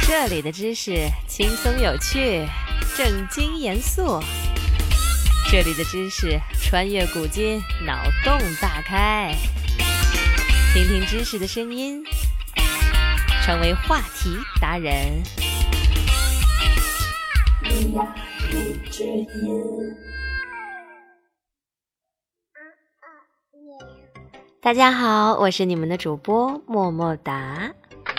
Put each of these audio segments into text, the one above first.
这里的知识轻松有趣，正经严肃。这里的知识穿越古今，脑洞大开。听听知识的声音，成为话题达人。大家好，我是你们的主播默默达。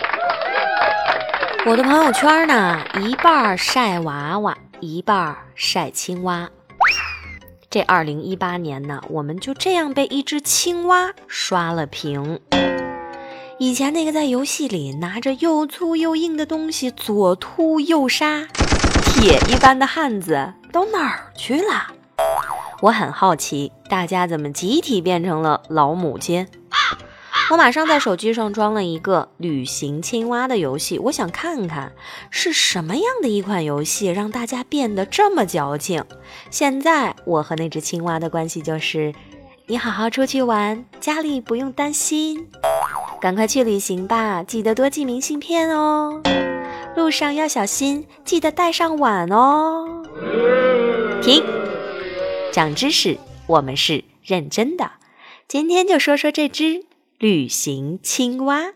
我的朋友圈呢，一半晒娃娃，一半晒青蛙。这2018年呢，我们就这样被一只青蛙刷了屏。以前那个在游戏里拿着又粗又硬的东西左突右杀，铁一般的汉子都哪儿去了？我很好奇，大家怎么集体变成了老母亲？我马上在手机上装了一个旅行青蛙的游戏，我想看看是什么样的一款游戏让大家变得这么矫情。现在我和那只青蛙的关系就是，你好好出去玩，家里不用担心，赶快去旅行吧，记得多寄明信片哦，路上要小心，记得带上碗哦。停，长知识，我们是认真的。今天就说说这只旅行青蛙。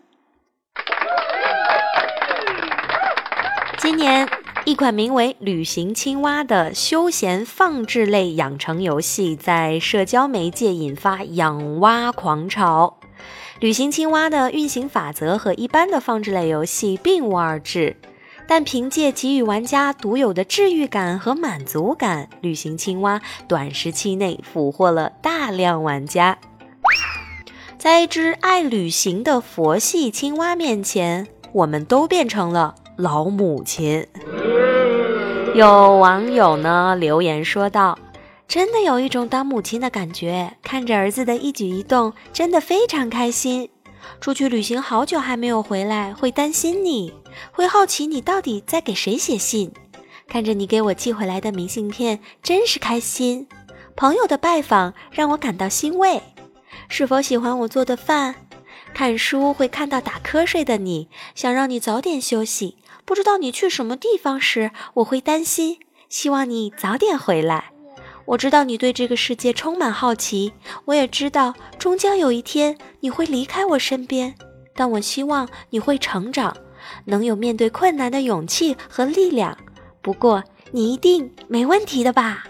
今年一款名为旅行青蛙的休闲放置类养成游戏在社交媒介引发养蛙狂潮。旅行青蛙的运行法则和一般的放置类游戏并无二致，但凭借给予玩家独有的治愈感和满足感，旅行青蛙短时期内俘获了大量玩家。在一只爱旅行的佛系青蛙面前，我们都变成了老母亲。有网友呢留言说道，真的有一种当母亲的感觉，看着儿子的一举一动真的非常开心。出去旅行好久还没有回来，会担心你，会好奇你到底在给谁写信，看着你给我寄回来的明信片真是开心。朋友的拜访让我感到欣慰，是否喜欢我做的饭？看书会看到打瞌睡的你，想让你早点休息。不知道你去什么地方时，我会担心，希望你早点回来。我知道你对这个世界充满好奇，我也知道终将有一天你会离开我身边，但我希望你会成长，能有面对困难的勇气和力量。不过你一定没问题的吧？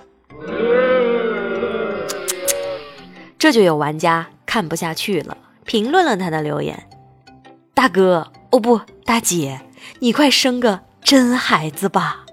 这就有玩家看不下去了，评论了他的留言：大哥，哦不，大姐，你快生个真孩子吧。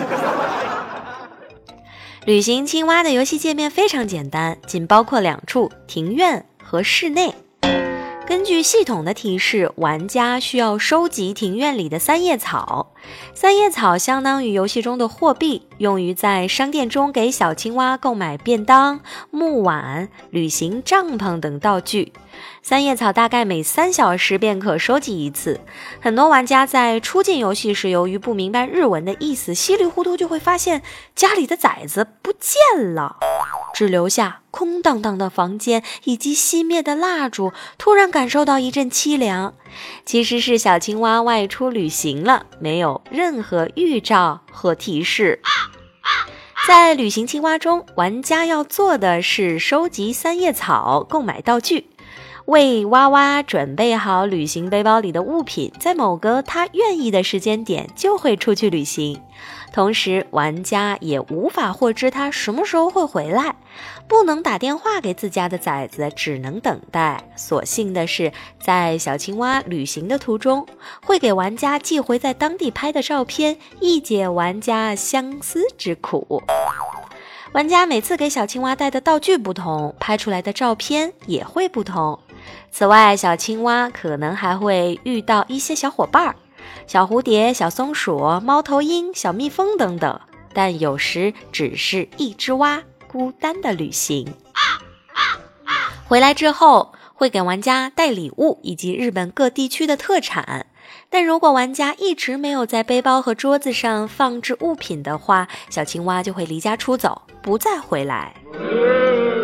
旅行青蛙的游戏界面非常简单，仅包括2处，庭院和室内。根据系统的提示，玩家需要收集庭院里的3叶草。3叶草相当于游戏中的货币，用于在商店中给小青蛙购买便当、木碗、旅行帐篷等道具。3叶草大概每3小时便可收集一次。很多玩家在初进游戏时，由于不明白日文的意思，稀里糊涂就会发现家里的崽子不见了，只留下空荡荡的房间以及熄灭的蜡烛，突然感受到一阵凄凉。其实是小青蛙外出旅行了，没有任何预兆和提示。在旅行青蛙中，玩家要做的是收集3叶草，购买道具，为蛙蛙准备好旅行背包里的物品，在某个他愿意的时间点就会出去旅行。同时玩家也无法获知他什么时候会回来，不能打电话给自家的崽子，只能等待。所幸的是，在小青蛙旅行的途中，会给玩家寄回在当地拍的照片，一解玩家相思之苦。玩家每次给小青蛙带的道具不同，拍出来的照片也会不同。此外，小青蛙可能还会遇到一些小伙伴，小蝴蝶、小松鼠、猫头鹰、小蜜蜂等等，但有时只是一只蛙孤单的旅行。回来之后会给玩家带礼物以及日本各地区的特产，但如果玩家一直没有在背包和桌子上放置物品的话，小青蛙就会离家出走，不再回来。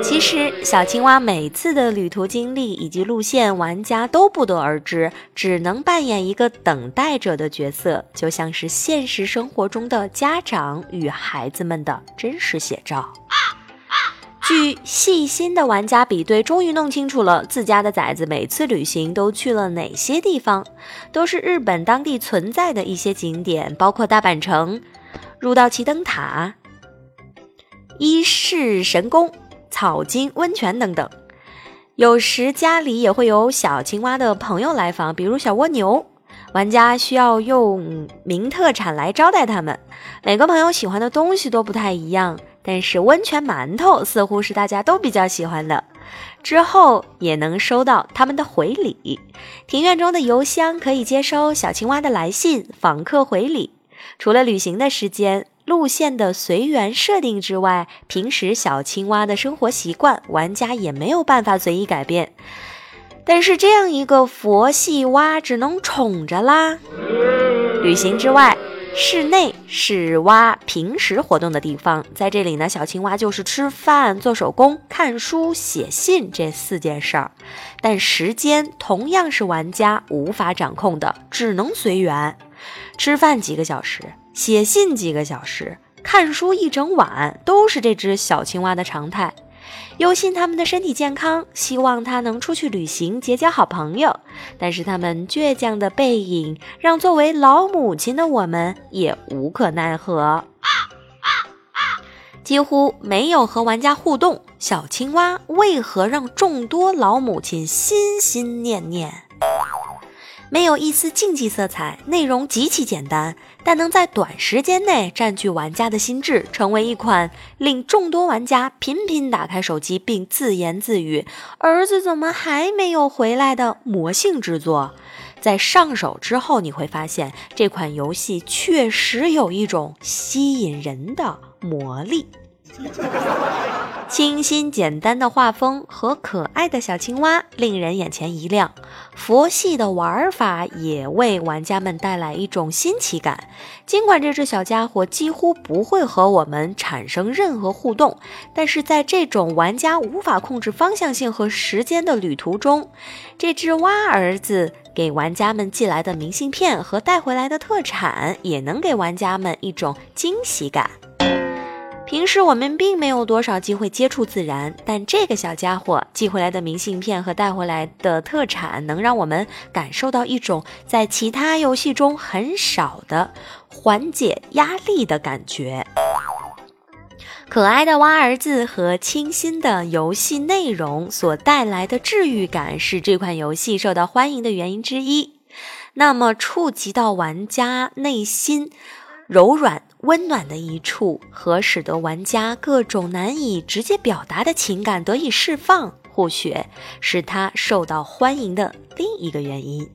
其实小青蛙每次的旅途经历以及路线，玩家都不得而知，只能扮演一个等待者的角色，就像是现实生活中的家长与孩子们的真实写照。据细心的玩家比对，终于弄清楚了自家的崽子每次旅行都去了哪些地方，都是日本当地存在的一些景点，包括大阪城、入道旗灯塔、伊势神宫、草津温泉等等。有时家里也会有小青蛙的朋友来访，比如小蜗牛，玩家需要用名特产来招待他们。每个朋友喜欢的东西都不太一样，但是温泉馒头似乎是大家都比较喜欢的。之后也能收到他们的回礼，庭院中的邮箱可以接收小青蛙的来信、访客回礼。除了旅行的时间、路线的随缘设定之外，平时小青蛙的生活习惯，玩家也没有办法随意改变。但是这样一个佛系蛙只能宠着啦。旅行之外，室内是蛙平时活动的地方，在这里呢，小青蛙就是吃饭、做手工、看书、写信这4件事儿。但时间同样是玩家无法掌控的，只能随缘。吃饭几个小时，写信几个小时，看书一整晚，都是这只小青蛙的常态。忧心他们的身体健康，希望他能出去旅行，结交好朋友。但是他们倔强的背影，让作为老母亲的我们也无可奈何。几乎没有和玩家互动，小青蛙为何让众多老母亲心心念念？没有一丝竞技色彩，内容极其简单，但能在短时间内占据玩家的心智，成为一款令众多玩家频频打开手机并自言自语儿子怎么还没有回来的魔性之作。在上手之后，你会发现这款游戏确实有一种吸引人的魔力。清新简单的画风和可爱的小青蛙令人眼前一亮，佛系的玩法也为玩家们带来一种新奇感。尽管这只小家伙几乎不会和我们产生任何互动，但是在这种玩家无法控制方向性和时间的旅途中，这只蛙儿子给玩家们寄来的明信片和带回来的特产也能给玩家们一种惊喜感。平时我们并没有多少机会接触自然，但这个小家伙寄回来的明信片和带回来的特产能让我们感受到一种在其他游戏中很少的缓解压力的感觉。可爱的蛙儿子和清新的游戏内容所带来的治愈感是这款游戏受到欢迎的原因之一。那么触及到玩家内心柔软温暖的一处，和使得玩家各种难以直接表达的情感得以释放，或许是它受到欢迎的另一个原因。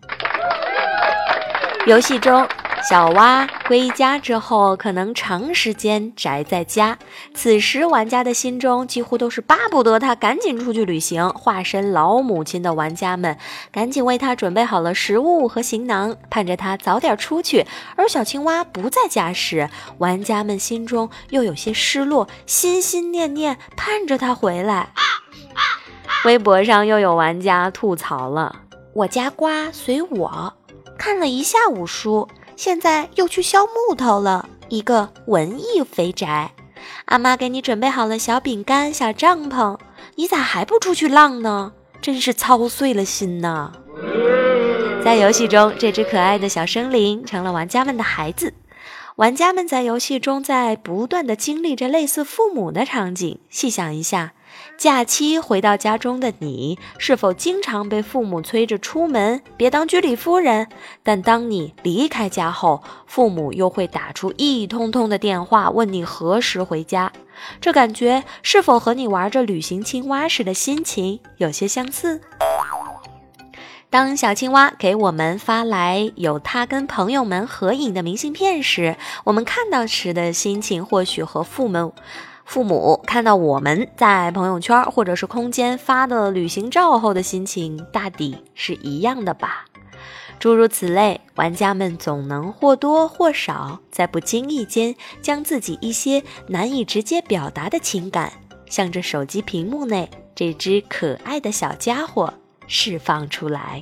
游戏中小蛙归家之后可能长时间宅在家，此时玩家的心中几乎都是巴不得他赶紧出去旅行。化身老母亲的玩家们赶紧为他准备好了食物和行囊，盼着他早点出去。而小青蛙不在家时，玩家们心中又有些失落，心心念念盼着他回来。微博上又有玩家吐槽了，我家瓜随我看了一下午书，现在又去削木头了，一个文艺肥宅。阿妈给你准备好了小饼干、小帐篷，你咋还不出去浪呢？真是操碎了心呐！在游戏中，这只可爱的小生灵成了玩家们的孩子。玩家们在游戏中在不断地经历着类似父母的场景。细想一下，假期回到家中的你，是否经常被父母催着出门，别当居里夫人？但当你离开家后，父母又会打出一通通的电话，问你何时回家。这感觉是否和你玩着旅行青蛙时的心情有些相似？当小青蛙给我们发来有他跟朋友们合影的明信片时，我们看到时的心情或许和父母看到我们在朋友圈或者是空间发的旅行照后的心情大抵是一样的吧。诸如此类，玩家们总能或多或少在不经意间将自己一些难以直接表达的情感向着手机屏幕内这只可爱的小家伙释放出来。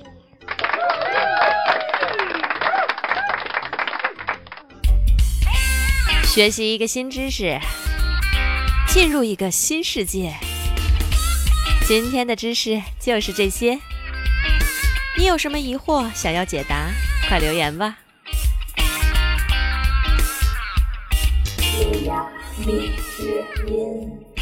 学习一个新知识，进入一个新世界。今天的知识就是这些，你有什么疑惑想要解答，快留言吧。 蜜之音。